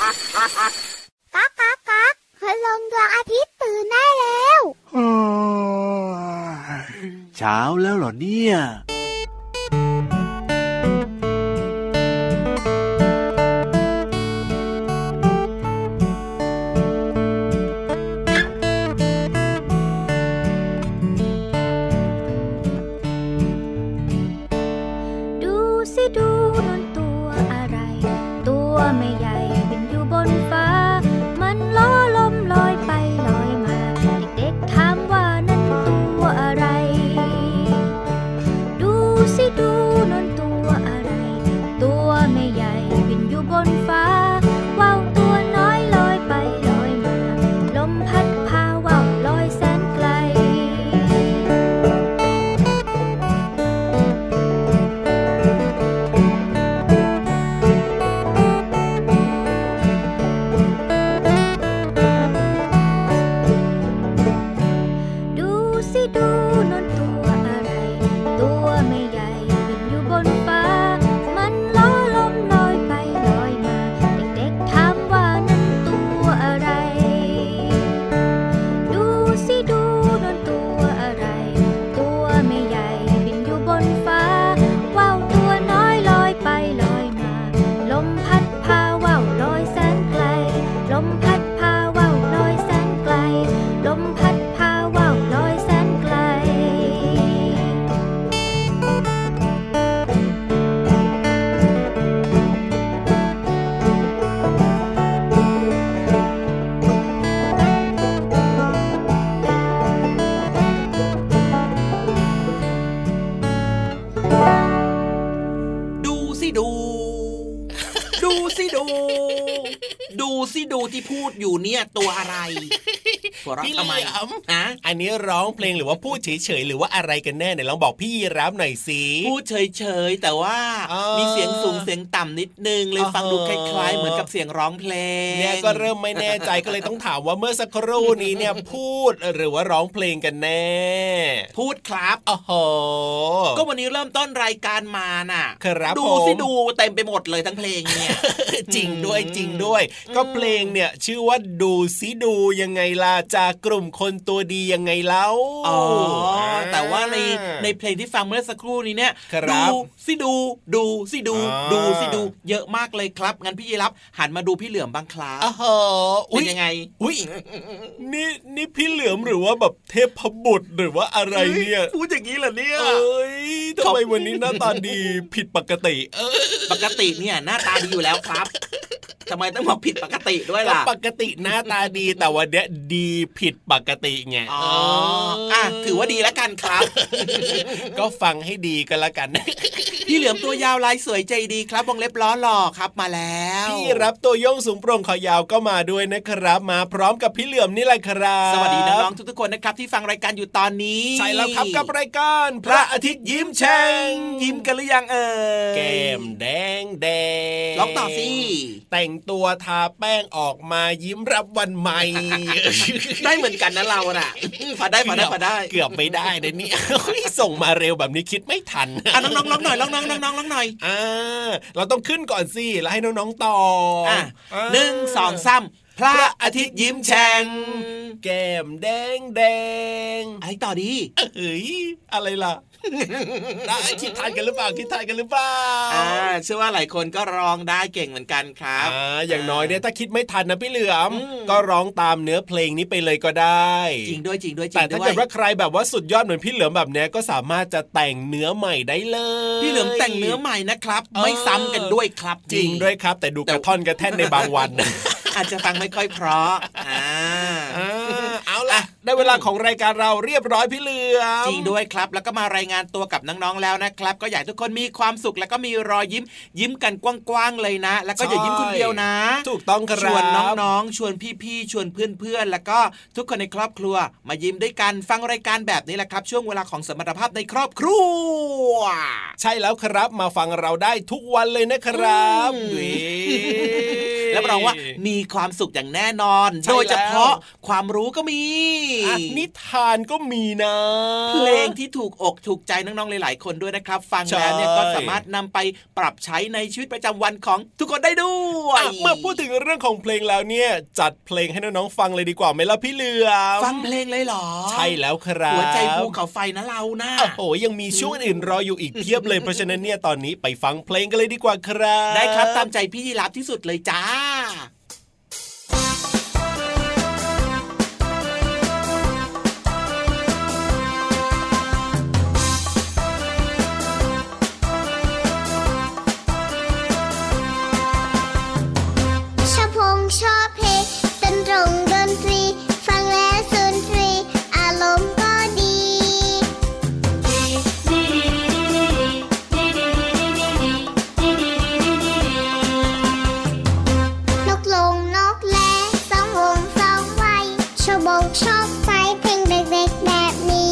ก๊ากก๊ากก๊ากคืลงดวงอาทิตย์ตื่นได้แล้วเช้าแล้วเหรอเนี่ยดูที่พูดอยู่เนี่ยตัวอะไรพี่เหลี่ยมอันนี้ร้องเพลงหรือว่าพูดเฉยๆหรือว่าอะไรกันแน่ไหนลองบอกพี่รับหน่อยสิพูดเฉยๆแต่ว่ามีเสียงสูงเสียงต่ำนิดนึงเลยฟังดูคล้ายๆเหมือนกับเสียงร้องเพลงเนี่ยก็เริ่มไม่แน่ใจก็เลยต้องถามว่าเมื่อสักครู่นี้เนี่ยพูดหรือว่าร้องเพลงกันแน่พูดครับโอ้โหก็วันนี้เริ่มต้นรายการมาน่ะดูสิดูเต็มไปหมดเลยทั้งเพลงเนี่ยจริงด้วยก็เพลงเนี่ยชื่อว่าดูสิดูยังไงล่ะจากกลุ่มคนตัวดียังไงเล่าแต่ว่าในเพลงที่ฟังเมื่อสักครู่นี้เนี่ยดูสิดูเยอะมากเลยครับงั้นพี่ยีรับหันมาดูพี่เหลือมบ้างครับเป็นยังไงนี่พี่เหลือมหรือว่าแบบเทพบุตรหรือว่าอะไรเนี่ยพูดอย่างนี้เหรอเนี่ยทำไมวันนี้หน้าตาดีผิดปกติปกติเนี่ยหน้าตาดีอยู่แล้วครับทำไมต้องมาผิดปกติด้วยล่ะปกติหน้าตาดีแต่วันเนี้ยดีผิดปกติไงถือว่าดีแล้วกันครับก็ฟังให้ดีกันละกันพี่เหลือมตัวยาวลายสวยใจดีครับวงเล็บล้อหล่อครับมาแล้วพี่รับตัวโยงสูงโปร่งคอยาวก็มาด้วยนะครับมาพร้อมกับพี่เหลือมนี่แหละครับสวัสดีน้องๆทุกๆคนนะครับที่ฟังรายการอยู่ตอนนี้ใช่แล้วครับกับรายการพระอาทิตย์ยิ้มแฉ่งยิ้มกันหรือยังแก้มแดงร้องต่อสิแต่งตัวทาแป้งออกมายิ้มรับวันใหม่ได้เหมือนกันนะเราน่ะพอได้เกือบไม่ได้เลยนี่ส่งมาเร็วแบบนี้คิดไม่ทันน้องๆหน่อยน้องเราต้องขึ้นก่อนสิแล้วให้น้องๆต่อ 1 2 3พระอาทิตย์ยิ้มแฉ่งแก้มแดงไอ้ต่อดีอะไรล่ะได้คิดทันกันหรือเปล่าเชื่อว่าหลายคนก็ร้องได้เก่งเหมือนกันครับอย่างน้อยเนี่ยถ้าคิดไม่ทันนะพี่เหลือมก็ร้องตามเนื้อเพลงนี้ไปเลยก็ได้จริงด้วยแต่ถ้าเกิดว่าใครแบบว่าสุดยอดเหมือนพี่เหลือมแบบนี้ก็สามารถจะแต่งเนื้อใหม่ได้เลยพี่เหลือมแต่งเนื้อใหม่นะครับไม่ซ้ำกันด้วยครับจริงด้วยครับแต่ดูกระท่อนกระแท่นในบางวันอาจจะฟังไม่ค่อยเพราะเอาล่ะได้เวลาของรายการเราเรียบร้อยพี่เหลือมจริงด้วยครับแล้วก็มารายงานตัวกับน้องๆแล้วนะครับก็อยากทุกคนมีความสุขแล้วก็มีรอยยิ้มกันกว้างๆเลยนะแล้วก็อย่ายิ้มคนเดียวนะถูกต้องครับชวนน้องๆชวนพี่ๆชวนเพื่อนๆแล้วก็ทุกคนในครอบครัวมายิ้มด้วยกันฟังรายการแบบนี้แหละครับช่วงเวลาของสมรรถภาพในครอบครัวใช่แล้วครับมาฟังเราได้ทุกวันเลยนะครับแล้วรับรองว่ามีความสุขอย่างแน่นอนโดยเฉพาะความรู้ก็มีนิทานก็มีนะเพลงที่ถูกอกถูกใจน้องๆหลายๆคนด้วยนะครับฟังแล้วเนี่ยก็สามารถนำไปปรับใช้ในชีวิตประจำวันของทุกคนได้ด้วยเมื่อพูดถึงเรื่องของเพลงแล้วเนี่ยจัดเพลงให้น้องๆฟังเลยดีกว่าไหมล่ะพี่เหลือมฟังเพลงเลยเหรอใช่แล้วครับหัวใจภูเขาไฟนะเรานะโอ้โหยังมีช่วงอื่นรออยู่อีกเพียบเลยเพราะฉะนั้นเนี่ยตอนนี้ไปฟังเพลงกันเลยดีกว่าครับได้ครับตามใจพี่ยีรับที่สุดเลยจ้าชอบเพลงดนตรีฟังแล้วสุนทรีอารมณ์ก็ดีนกลงนกแลสองวงสองไว้ชอบใจเพลงเด็กๆแบบนี้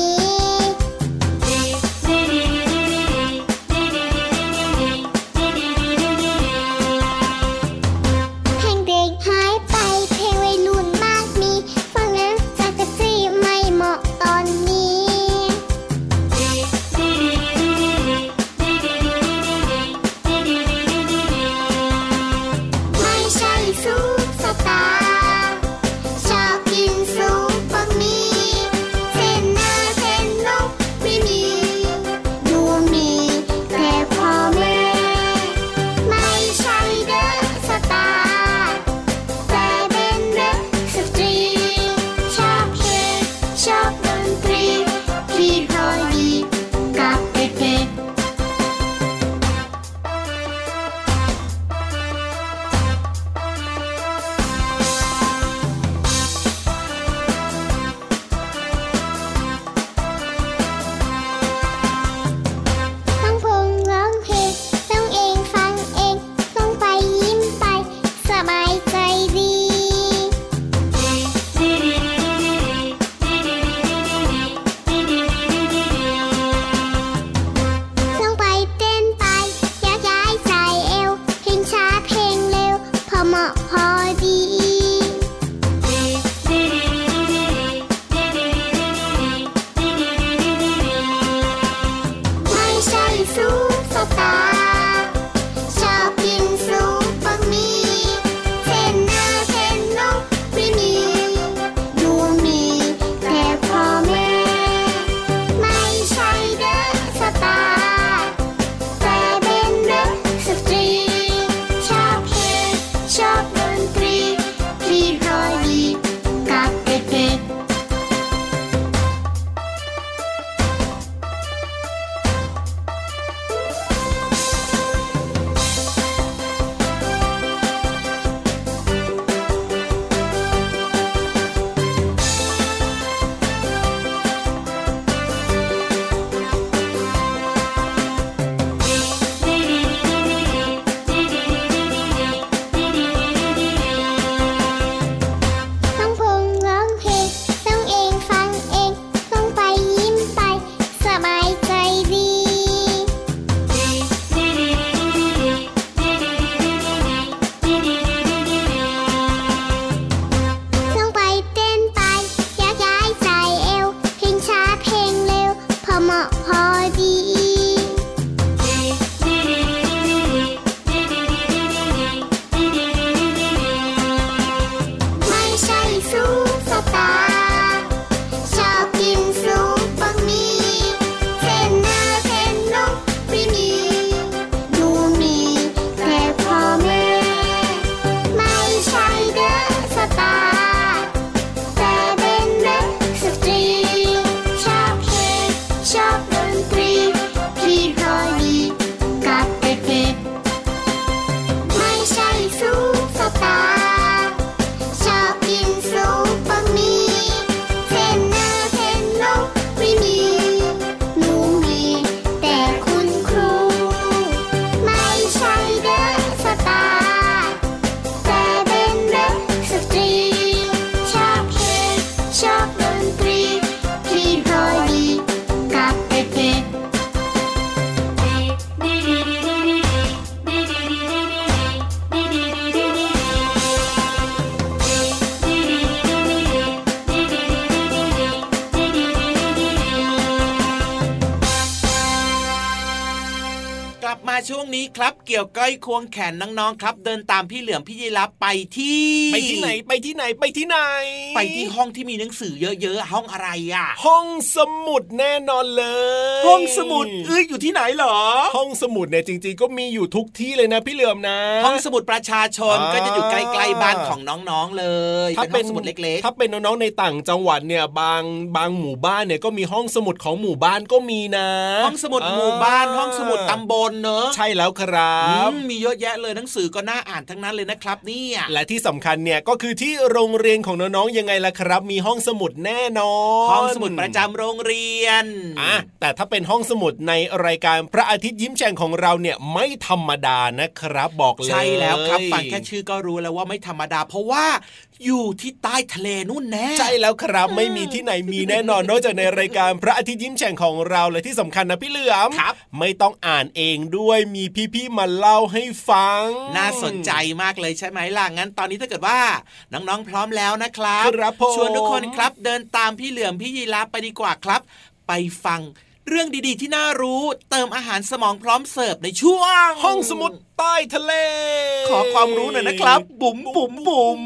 ช่วงนี้ครับเกี่ยวก้อยควงแขนน้องๆครับเดินตามพี่เหลือมพี่ยีรับไปที่ไหนไปที่ห้องที่มีหนังสือเยอะๆห้องอะไรอ่ะห้องสมุดแน่นอนเลยห้องสมุดอยู่ที่ไหนเหรอห้องสมุดเนี่ยจริงๆก็มีอยู่ทุกที่เลยนะพี่เหลือมนะห้องสมุดประชาชนก็จะอยู่ใกล้ๆบ้านของน้องๆเลยถ้าเป็นห้องสมุดเล็กๆถ้าเป็นน้องๆในต่างจังหวัดเนี่ยบางหมู่บ้านเนี่ยก็มีห้องสมุดของหมู่บ้านก็มีนะห้องสมุดหมู่บ้านห้องสมุดตำบลเนอะใช่แล้วครับมีเยอะแยะเลยหนังสือก็น่าอ่านทั้งนั้นเลยนะครับเนี่ยและที่สำคัญเนี่ยก็คือที่โรงเรียนของน้องๆยังไงล่ะครับมีห้องสมุดแน่นอนห้องสมุดประจำโรงเรียนแต่ถ้าเป็นห้องสมุดในรายการพระอาทิตย์ยิ้มแฉ่งของเราเนี่ยไม่ธรรมดานะครับบอกเลยใช่แล้วครับฟังแค่ชื่อก็รู้แล้วว่าไม่ธรรมดาเพราะว่าอยู่ที่ใต้ทะเลนู่นแน่ใช่แล้วครับไม่มีที่ไหนมีแน่นอนนอกจากในรายการพระอาทิตย์ยิ้มแฉ่งของเราเลยที่สำคัญนะพี่เหลือมไม่ต้องอ่านเองด้วยมีพี่ๆมาเล่าให้ฟังน่าสนใจมากเลยใช่ไหมล่ะงั้นตอนนี้ถ้าเกิดว่าน้องๆพร้อมแล้วนะครับชวนทุกคนครับเดินตามพี่เหลือมพี่ยีราฟไปดีกว่าครับไปฟังเรื่องดีๆที่น่ารู้เติมอาหารสมองพร้อมเสิร์ฟในช่วงห้องสมุดใต้ทะเลขอความรู้หน่อยนะครับบุ๋มบุ๋มบุ๋ม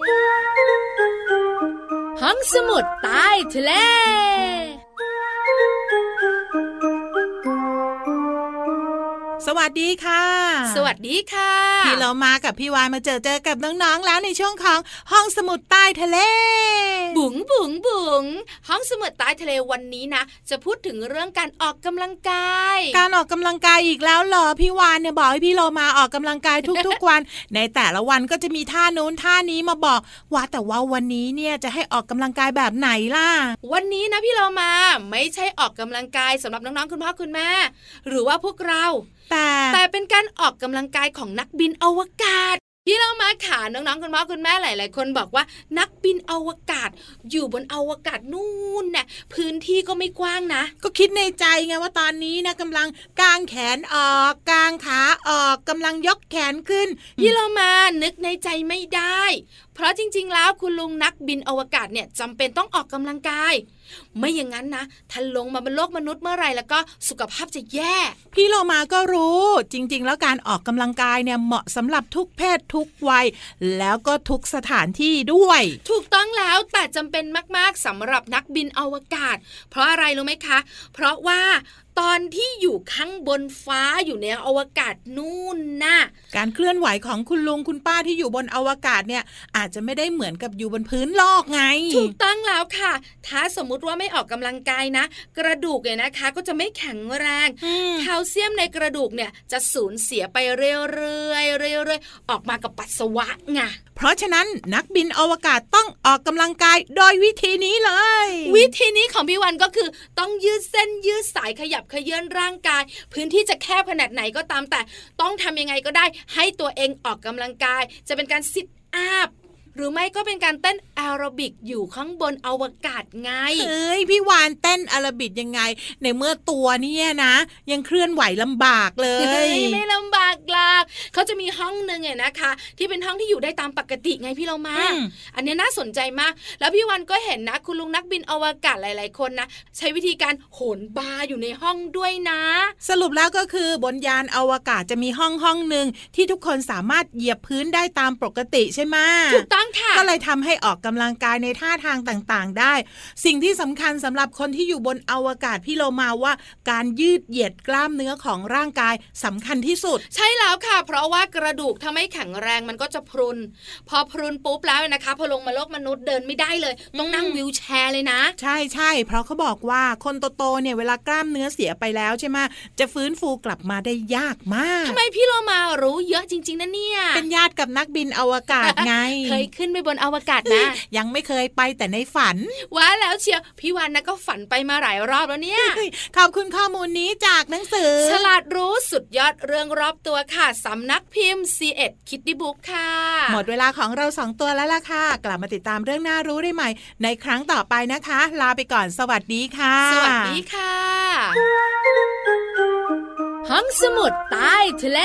ห้องสมุดใต้ทะเลสวัสดีค่ะสวัสดีค่ะพี่เรามากับพี่วานมาเจอกับน้องๆแล้วในช่วงของห้องสมุดใต้ทะเลบุ๋งบุ๋งบุ๋งห้องสมุดใต้ทะเลวันนี้นะจะพูดถึงเรื่องการออกกำลังกายการออกกำลังกายอีกแล้วเหรอพี่วานเนี่ยบอกให้พี่เรามาออกกำลังกายทุกๆวัน ในแต่ละวันก็จะมีท่านู้นท่านี้มาบอกว่าแต่ว่าวันนี้เนี่ยจะให้ออกกำลังกายแบบไหนล่ะวันนี้นะพี่เรามาไม่ใช่ออกกำลังกายสำหรับน้องๆคุณพ่อคุณแม่หรือว่าพวกเราแต่เป็นการออกกำลังกายของนักบินอวกาศพี่เรามาขาน้องๆคุณพ่อคุณแม่หลายๆคนบอกว่านักบินอวกาศอยู่บนอวกาศนู่นน่ะพื้นที่ก็ไม่กว้างนะก็คิดในใจไงว่าตอนนี้นะกำลังกางแขนออกกางขาออกกำลังยกแขนขึ้นพี่เรามานึกในใจไม่ได้เพราะจริงๆแล้วคุณลุงนักบินอวกาศเนี่ยจำเป็นต้องออกกำลังกายไม่อย่างนั้นนะถ้าลงมาบนโลกมนุษย์เมื่อไหร่แล้วก็สุขภาพจะแย่พี่โลมาก็รู้จริงๆแล้วการออกกำลังกายเนี่ยเหมาะสำหรับทุกเพศทุกวัยแล้วก็ทุกสถานที่ด้วยถูกต้องแล้วแต่จำเป็นมากๆสำหรับนักบินอวกาศเพราะอะไรรู้ไหมคะเพราะว่าตอนที่อยู่ข้างบนฟ้าอยู่ในอวกาศนู่นน่ะการเคลื่อนไหวของคุณลุงคุณป้าที่อยู่บนอวกาศเนี่ยอาจจะไม่ได้เหมือนกับอยู่บนพื้นโลกไงถูกต้องแล้วค่ะถ้าสมมุติว่าไม่ออกกำลังกายนะกระดูกเนี่ยนะคะก็จะไม่แข็งแรงแคลเซียมในกระดูกเนี่ยจะสูญเสียไปเรื่อยๆออกมากับปัสสาวะไงเพราะฉะนั้นนักบินอวกาศต้องออกกำลังกายโดยวิธีนี้เลยวิธีนี้ของพี่วันก็คือต้องยืดเส้นยืดสายขยับเขยื้อนร่างกายพื้นที่จะแคบขนาดไหนก็ตามแต่ต้องทำยังไงก็ได้ให้ตัวเองออกกำลังกายจะเป็นการซิทอัพหรือไม่ก็เป็นการเต้นแอโรบิกอยู่ข้างบนอวกาศไงพี่วานเต้นแอโรบิกยังไงในเมื่อตัวเนี่ยนะยังเคลื่อนไหวลำบากเลยไม่ลำบากหรอกเขาจะมีห้องนึงเนี่ยนะคะที่เป็นห้องที่อยู่ได้ตามปกติไงพี่เรามาอันนี้น่าสนใจมากแล้วพี่วันก็เห็นนะคุณลุงนักบินอวกาศหลายๆคนนะใช้วิธีการโหนบาร์อยู่ในห้องด้วยนะสรุปแล้วก็คือบนยานอวกาศจะมีห้องนึงที่ทุกคนสามารถเหยียบพื้นได้ตามปกติใช่ไหมถูกต้องก็เลยทำให้ออกกำลังกายในท่าทางต่างๆได้สิ่งที่สำคัญสำหรับคนที่อยู่บนอวกาศพี่โลมาว่าการยืดเหยียดกล้ามเนื้อของร่างกายสำคัญที่สุดใช่แล้วค่ะเพราะว่ากระดูกถ้าไม่แข็งแรงมันก็จะพรุนพอพรุนปุ๊บแล้วนะคะพอลงมาโลกมนุษย์เดินไม่ได้เลยต้องนั่งวีลแชร์เลยนะใช่เพราะเขาบอกว่าคนโตๆเนี่ยเวลากล้ามเนื้อเสียไปแล้วใช่ไหมจะฟื้นฟูกลับมาได้ยากมากทำไมพี่โลมารู้เยอะจริงๆนะเนี่ยเป็นญาติกับนักบินอวกาศไงเคยขึ้นไปบนอวกาศนะยังไม่เคยไปแต่ในฝันว่าแล้วเชียวพี่วันนะก็ฝันไปมาหลายรอบแล้วเนี่ยขอบคุณข้อมูลนี้จากหนังสือฉลาดรู้สุดยอดเรื่องรอบตัวค่ะสำนักพิมพ์ C1 Kiddie Book ค่ะหมดเวลาของเรา2ตัวแล้วล่ะค่ะกลับมาติดตามเรื่องน่ารู้ได้ใหม่ในครั้งต่อไปนะคะลาไปก่อนสวัสดีค่ะสวัสดีค่ะห้องสมุดใต้ทะเล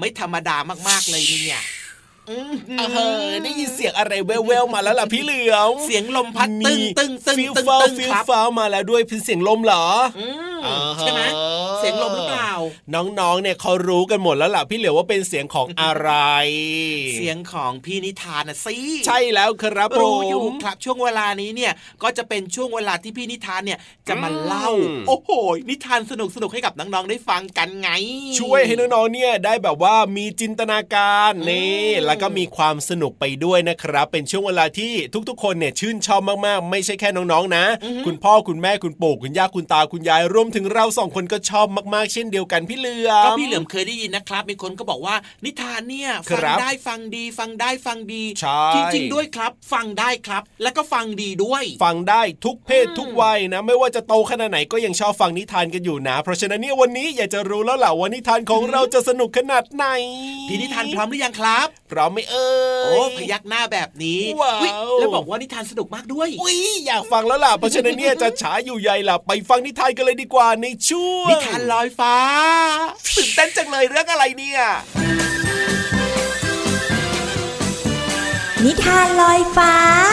ไม่ธรรมดามากๆเลยเนี่ยได้ยินเสียงอะไรแว่วๆมาแล้วล่ะพี่เหลือมเสียงลมพัดตึ้งตึ้งตึ้งตึ้งฟิลฟ้ามาแล้วด้วยเป็นเสียงลมเหรอใช่ไหมเสียงลมหรือเปล่าน้องๆเนี่ยเขารู้กันหมดแล้วล่ะพี่เหลือว่าเป็นเสียงของอะไรเสียงของพี่นิทานนะสิใช่แล้วครับรู้อยู่ครับช่วงเวลานี้เนี่ยก็จะเป็นช่วงเวลาที่พี่นิทานเนี่ยจะมาเล่าโอ้โหนิทานสนุกให้กับน้องๆได้ฟังกันไงช่วยให้น้องๆเนี่ยได้แบบว่ามีจินตนาการนี่แล้วก็มีความสนุกไปด้วยนะครับเป็นช่วงเวลาที่ทุกๆคนเนี่ยชื่นชอบมากๆไม่ใช่แค่น้องๆนะคุณพ่อคุณแม่คุณปู่คุณย่าคุณตาคุณยายรวมถึงเรา2คนก็ชอบมากๆเช่นเดียวกันพี่เหลือมก็พี่เหลือมเคยได้ยินนะครับมีคนก็บอกว่านิทานเนี่ยฟังได้ฟังดีฟังได้ฟังดีจริงๆด้วยครับฟังได้ครับแล้วก็ฟังดีด้วยฟังได้ทุกเพศทุกวัยนะไม่ว่าจะโตขนาดไหนก็ยังชอบฟังนิทานกันอยู่นะเพราะฉะนั้นเนี่ยวันนี้อยากจะรู้แล้วล่ะว่านิทานของเราจะสนุกขนาดไหนพี่นิทานพร้อมหรือยังครับพร้อมไหมโอ้พยักหน้าแบบนี้แล้วบอกว่านิทานสนุกมากด้วยอยากฟังแล้วล่ะเพราะฉะนั้นเนี่ยจะช้าอยู่ใหญ่ล่ะไปฟังนิทานกันเลยดีกว่าในช่วงนิทานลอยฟ้าตื่นเต้นจังเลยเรื่องอะไรเนี่ยนิทานลอยฟ้า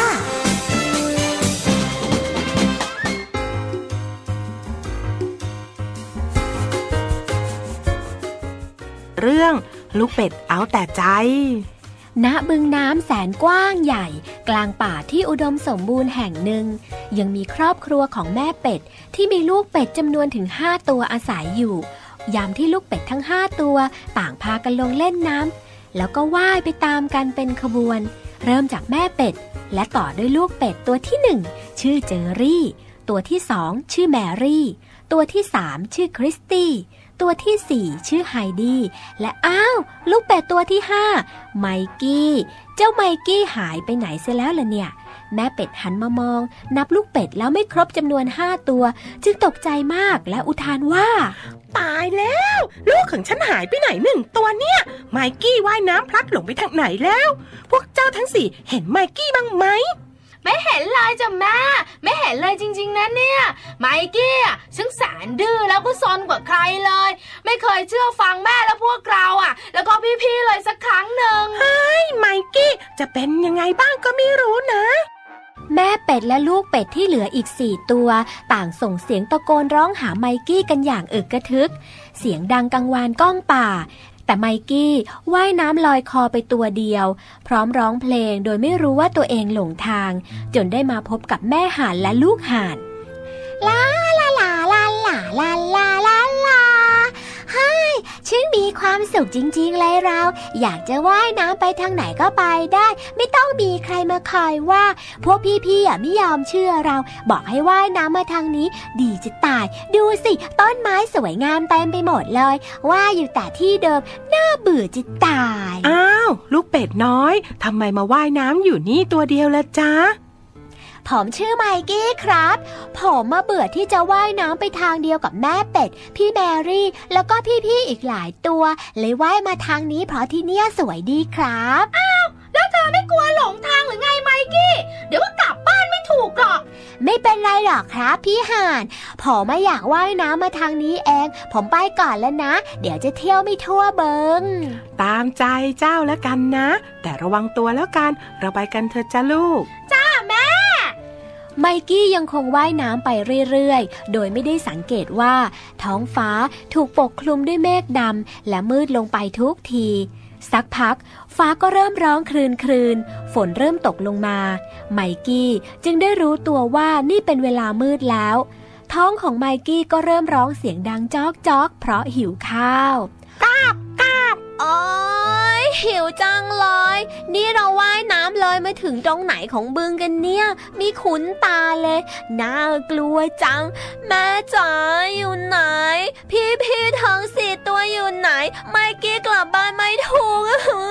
เรื่องลูกเป็ดเอาแต่ใจณบึงน้ำแสนกว้างใหญ่กลางป่าที่อุดมสมบูรณ์แห่งหนึ่งยังมีครอบครัวของแม่เป็ดที่มีลูกเป็ดจำนวนถึง5ตัวอาศัยอยู่ยามที่ลูกเป็ดทั้ง5ตัวต่างพากันลงเล่นน้ำแล้วก็ว่ายไปตามกันเป็นขบวนเริ่มจากแม่เป็ดและต่อด้วยลูกเป็ดตัวที่1ชื่อเจอรี่ตัวที่2ชื่อแมรี่ตัวที่3ชื่อคริสตี้ตัวที่4ชื่อไฮดี้และลูกเป็ดตัวที่5ไมกี้เจ้าไมกี้หายไปไหนเสียแล้วล่ะเนี่ยแม่เป็ดหันมามองนับลูกเป็ดแล้วไม่ครบจำนวน5ตัวจึงตกใจมากและอุทานว่าตายแล้วลูกของฉันหายไปไหน1ตัวเนี่ยไมกี้ว่ายน้ำพลัดหลงไปทางไหนแล้วพวกเจ้าทั้ง4เห็นไมกี้บ้างไหมไม่เห็นเลยจ้ะแม่ไม่เห็นเลยจริงๆนะเนี่ยไมกี้ช่างแสนดื้อแล้วก็ซนกว่าใครเลยไม่เคยเชื่อฟังแม่และพวกเราแล้วก็พี่ๆเลยสักครั้งหนึ่งเฮ้ยไมกี้จะเป็นยังไงบ้างก็ไม่รู้นะแม่เป็ดและลูกเป็ดที่เหลืออีก4ตัวต่างส่งเสียงตะโกนร้องหาไมกี้กันอย่างอึกกระทึกเสียงดังกังวานก้องป่าแต่ไมกี้ว่ายน้ำลอยคอไปตัวเดียวพร้อมร้องเพลงโดยไม่รู้ว่าตัวเองหลงทางจนได้มาพบกับแม่ห่านและลูกห่านลาลาลาลาลาลาลาลาลาเฮ้ยฉันมีความสุขจริงๆเลยเราอยากจะว่ายน้ำไปทางไหนก็ไปได้ไม่ต้องมีใครมาคอยว่าพวกพี่ๆไม่ยอมเชื่อเราบอกให้ว่ายน้ำมาทางนี้ดีจะตายดูสิต้นไม้สวยงามเต็มไปหมดเลยว่าอยู่แต่ที่เดิมน่าเบื่อจะตายลูกเป็ดน้อยทำไมมาว่ายน้ำอยู่นี่ตัวเดียวล่ะจ๊ะผมชื่อไมกี้ครับผมมาเบื่อที่จะว่ายน้ำไปทางเดียวกับแม่เป็ดพี่แมรี่แล้วก็พี่ๆอีกหลายตัวเลยว่ายมาทางนี้เพราะที่นี่สวยดีครับแล้วเธอไม่กลัวหลงทางหรือไงไมกี้เดี๋ยวก็กลับบ้านไม่ถูกหรอกไม่เป็นไรหรอกครับพี่ห่านผมไม่อยากว่ายน้ำมาทางนี้เองผมไปก่อนแล้วนะเดี๋ยวจะเที่ยวไม่ทั่วเบิงตามใจเจ้าแล้วกันนะแต่ระวังตัวแล้วกันเราไปกันเถอะจ้าลูกจ้าแม่ไมกี้ยังคงว่ายน้ำไปเรื่อยๆโดยไม่ได้สังเกตว่าท้องฟ้าถูกปกคลุมด้วยเมฆดำและมืดลงไปทุกทีสักพักฟ้าก็เริ่มร้องครืนฝนเริ่มตกลงมาไมกี้จึงได้รู้ตัวว่านี่เป็นเวลามืดแล้วท้องของไมกี้ก็เริ่มร้องเสียงดังจ๊อกๆเพราะหิวข้าวกาบกาบโอ๊ยหิวจังเลยนี่เราว่ายน้ำเลยมาถึงตรงไหนของบึงกันเนี่ยมีขุนตาเลยน่ากลัวจังแม่จ๋าอยู่ไหนพี่ทั้ง4ตัวอยู่ไหนไมกี้กลับบ้านไม่ถูก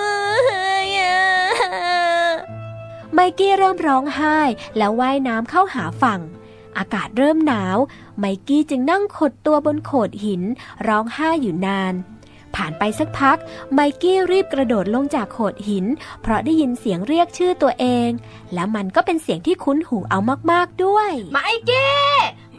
ไมกี้เริ่มร้องไห้แล้วว่ายน้ำเข้าหาฝั่งอากาศเริ่มหนาวไมกี้จึงนั่งขดตัวบนโขดหินร้องไห้อยู่นานผ่านไปสักพักไมกี้รีบกระโดดลงจากโขดหินเพราะได้ยินเสียงเรียกชื่อตัวเองและมันก็เป็นเสียงที่คุ้นหูเอามากๆด้วยไมกี้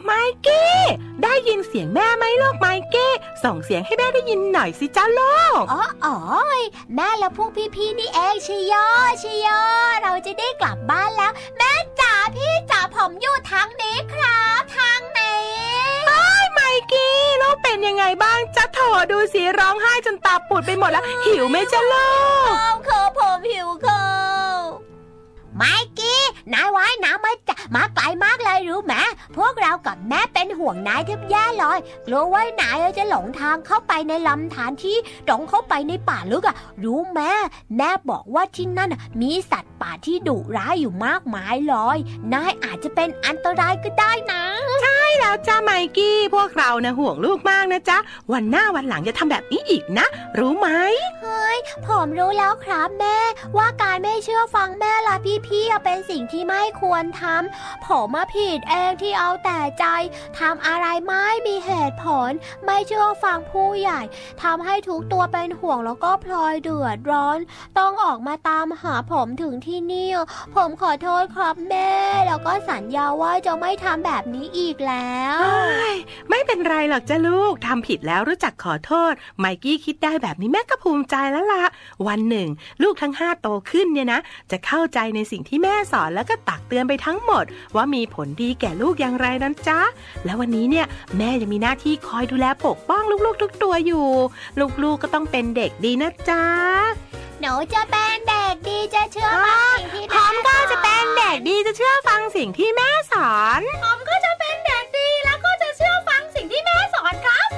ไมกี้ได้ยินเสียงแม่ไหมลูกไมกี้ส่งเสียงให้แม่ได้ยินหน่อยสิจ้าลูกอ๋อแม่และพวกพี่ๆนี่เองชิโยเราจะได้กลับบ้านแล้วแม่จ๋าพี่จ๋าผมอยู่ทางนี้ครับทางไหนไมกี้ลูกเป็นยังไงบ้างจ๊ะโถดูสิร้องไห้จนตาปูดไปหมดแล้วหิวไหมจ๊ะลูกผมหิวไมกี้นายว่ายน้ำมาไกลมากเลยรู้ไหมพวกเรากับแม่เป็นห่วงนายแทบแย่เลยกลัวว่านายจะหลงทางเข้าไปในลำธารที่ตรงเข้าไปในป่าลึกรู้ไหมแม่บอกว่าที่นั่นมีสัตว์ป่าที่ดุร้ายอยู่มากมายเลยนายอาจจะเป็นอันตรายก็ได้นะใช่แล้วจ้าไมกี้พวกเรานะห่วงลูกมากนะจ๊ะวันหน้าวันหลังอย่าทำแบบนี้อีกนะรู้ไหมเฮ้ยผมรู้แล้วครับแม่ว่าการไม่เชื่อฟังแม่และพี่เป็นสิ่งที่ไม่ควรทำผมผิดเองที่เอาแต่ใจทำอะไรไม่มีเหตุผลไม่เชื่อฟังผู้ใหญ่ทำให้ทุกตัวเป็นห่วงแล้วก็พลอยเดือดร้อนต้องออกมาตามหาผมถึงที่นี่ผมขอโทษครับแม่แล้วก็สัญญาว่าจะไม่ทำแบบนี้อีกแล้วไม่เป็นไรหรอกจ้ะลูกทำผิดแล้วรู้จักขอโทษไมกี้คิดได้แบบนี้แม่ก็ภูมิใจแล้วล่ะวันหนึ่งลูกทั้ง5โตขึ้นเนี่ยนะจะเข้าใจในสิ่งที่แม่สอนแล้วก็ตักเตือนไปทั้งหมดว่ามีผลดีแก่ลูกอย่างไรนั้นจ๊ะแล้ววันนี้เนี่ยแม่ยังมีหน้าที่คอยดูแลปกป้องลูกๆทุกตัวอยู่ลูกๆก็ต้องเป็นเด็กดีนะจ๊ะหนูจะเป็นเด็กดีจะเชื่อฟังสิ่งที่แม่สอนก็จะเป็นเด็กดีจะเชื่อฟังสิ่งที่แม่สอนผมก็จะเป็นเด็กดีแล้วก็จะเชื่อฟังสิ่งที่แม่สอนครับ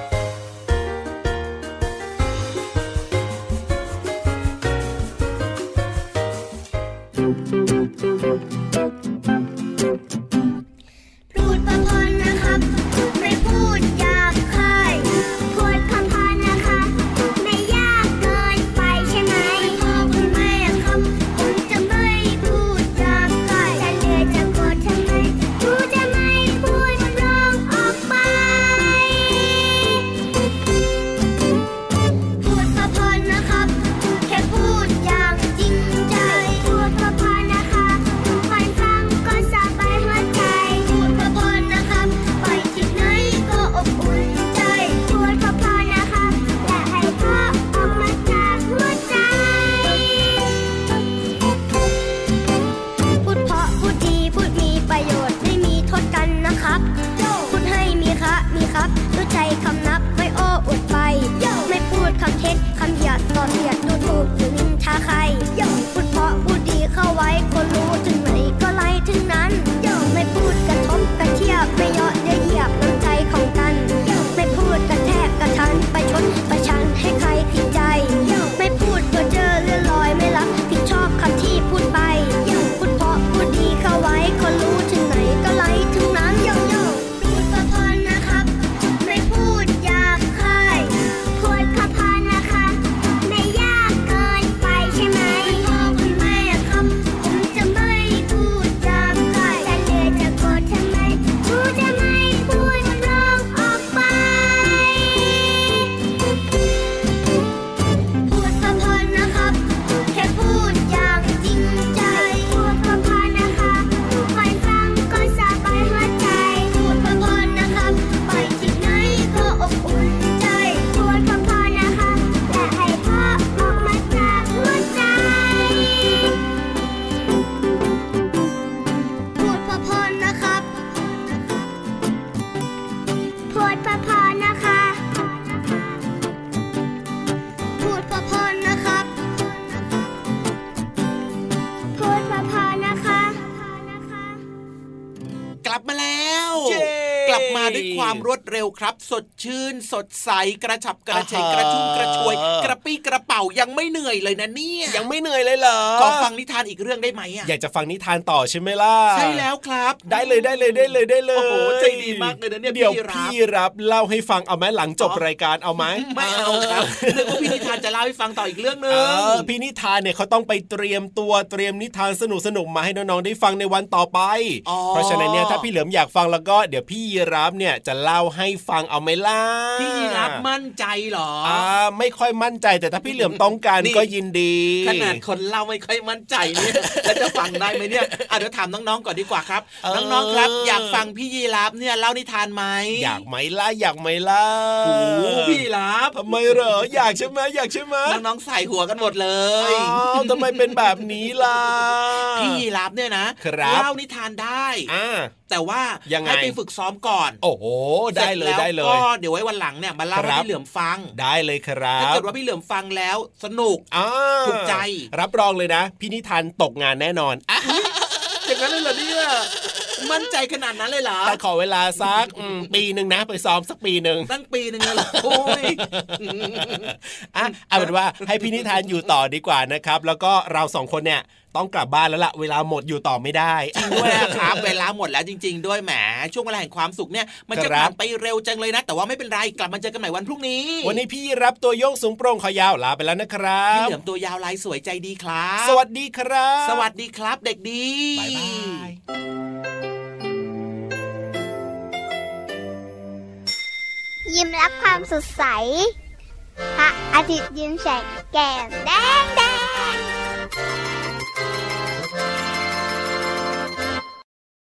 พูดพอๆนะครับไม่พูดหยาบคายพูดพอๆนะคะไม่ยากเกินไปใช่ไหมพ่อคุณแม่ครับผมจะไม่พูดหยาบคายจะเหนื่อยจะโกรธทำไมกูจะไม่พูดร้องออกไปพูดพอๆนะครับแค่พูดอย่างจริงใจพูดพอๆนะคะฟังก็สบายหัวใจพูดพอๆนะคะไปที่ไหนก็อบอุ่นใจพูดพอๆนะคะและให้พ่อออกมาจากหัวใจพูดเพราะพูดดีพูดมีประโยชน์ไม่มีโทษกันนะครับพูดให้มีคะมีครับรู้ใจคำนับไม่โอ้อวดไปไม่พูดคำเท็จคำหยาดตอนเหยียดดูถูกหรือนินทาใครพูดเพราะพูดดีเข้าไว้คนรู้ถึงไหนก็ไล่ถึงนั้นไม่พูดกระทบกระเทียบไม่เยาะเย้ยเหยียบน้ำใจของกันไม่พูดกระแทกกระทันไปชนประชันให้ใครผิดใจไม่พูดเพ้อเจ้อเลื่อนลอยไม่รับผิดชอบคำที่พูดไปพูดเพราะพูดดีเข้าไว้คนรู้ถึงไหนก็ไล่ถึงนั้นพูดพอๆนะครับไม่พูดหยาบคายพูดพอๆนะคะไม่ยากเกินไปใช่ไหมพ่อคุณแม่ครับผมจะไม่พูดหยาบคายจะเหนื่อยจะโกรธทำไมกูจะไม่พูดร้องออกไปพูดพอๆนะครับแค่พูดอย่างจริงใจพูดพอๆนะคะฟังก็สบายหัวใจพูดพอๆนะครับไปที่ไหนก็อบอุ่นใจพูดพอๆนะคะและให้พ่อออกมาจากหัวใจพูดพอๆนะครับพูดพอๆนะคะพูดพอๆนะครับพูดพอๆนะคะกลับมาแล้วกลับมาด้วยความรวดเร็วครับสดชื่นสดใสกระฉับกระเฉงกระชุ่มกระชวยกระปี้กระเป๋ายังไม่เหนื่อยเลยนะเนี่ยยังไม่เหนื่อยเลยเหรอก็ฟังนิทานอีกเรื่องได้ไหมอยากจะฟังนิทานต่อใช่ไหมล่ะใช่แล้วครับได้เลยโอ้โหใจดีมากเลยนะเนี่ยเดี๋ยวพี่รับเล่าให้ฟังเอาไหมหลังจบรายการเอาไหมไม่เอาครับนึกว่าพี่นิทานจะเล่าให้ฟังต่ออีกเรื่องนึงพี่นิทานเนี่ยเขาต้องไปเตรียมนิทานสนุกมาให้น้องๆได้ฟังในวันต่อไปเพราะฉะนั้นเนี่ยถ้าพี่เหลิมอยากฟังแล้วก็เดี๋ยวพี่ยีราฟเนี่ยจะเล่าให้ฟังเอาไหมล่ะพี่ยีราฟมั่นใจหรอไม่ค่อยมั่นใจแต่ถ้าพี่เหลือมต้องการก็ยินดีขนาดคนเล่าไม่ค่อยมั่นใจเนี่ยแล้วจะฟังได้ไหมเนี่ยเดี๋ยวถามน้องๆก่อนดีกว่าครับน้องๆครับอยากฟังพี่ยีราฟเนี่ยเล่านิทานไหมอยากไหมล่ะอยากไหมล่ะโอ้พี่ยีราฟทำไมเหรออยากใช่ไหมอยากใช่ไหมน้องๆใส่หัวกันหมดเลยทำไมเป็นแบบนี้ล่ะพี่ยีราฟเนี่ยนะเล่านิทานได้แต่ว่าให้ไปฝึกซ้อมก่อนโอ้โหได้เลยได้เลยก็เดี๋ยวไว้วันหลังเนี่ยมาเล่าให้พี่เหลือมฟังได้เลยครับถ้าเกิดว่าพี่เหลือมฟังแล้วสนุกถูกใจรับรองเลยนะพี่นิทานตกงานแน่นอนอย่างนั้นเลยเหรอเนี่ยมั่นใจขนาดนั้นเลยเหรอแต่ขอเวลาสักปีนึงนะไปซ้อมสักปีนึงตั้งปีนึงเลยเหรอโอ้ยเอาเป็นว่าให้พี่นิทานอยู่ต่อดีกว่านะครับแล้วก็เราสองคนเนี่ยต้องกลับบ้านแล้วล่ะเวลาหมดอยู่ต่อไม่ได้จริงด้วยครับเวลาหมดแล้วจริงๆด้วยแหมช่วงเวลาแห่งความสุขเนี่ยมันจะผ่านไปเร็วจังเลยนะแต่ว่าไม่เป็นไรกลับมาเจอกันใหม่วันพรุ่งนี้วันนี้พี่รับตัวโยงสูงโปร่งคอยาวลาไปแล้วนะครับพี่เหลือมตัวยาวลายสวยใจดีครับสวัสดีครับสวัสดีครับเด็กดีบ๊ายบายยิ้มรับความสดใสพระอาทิตย์ยิ้มแฉกแก้มแดง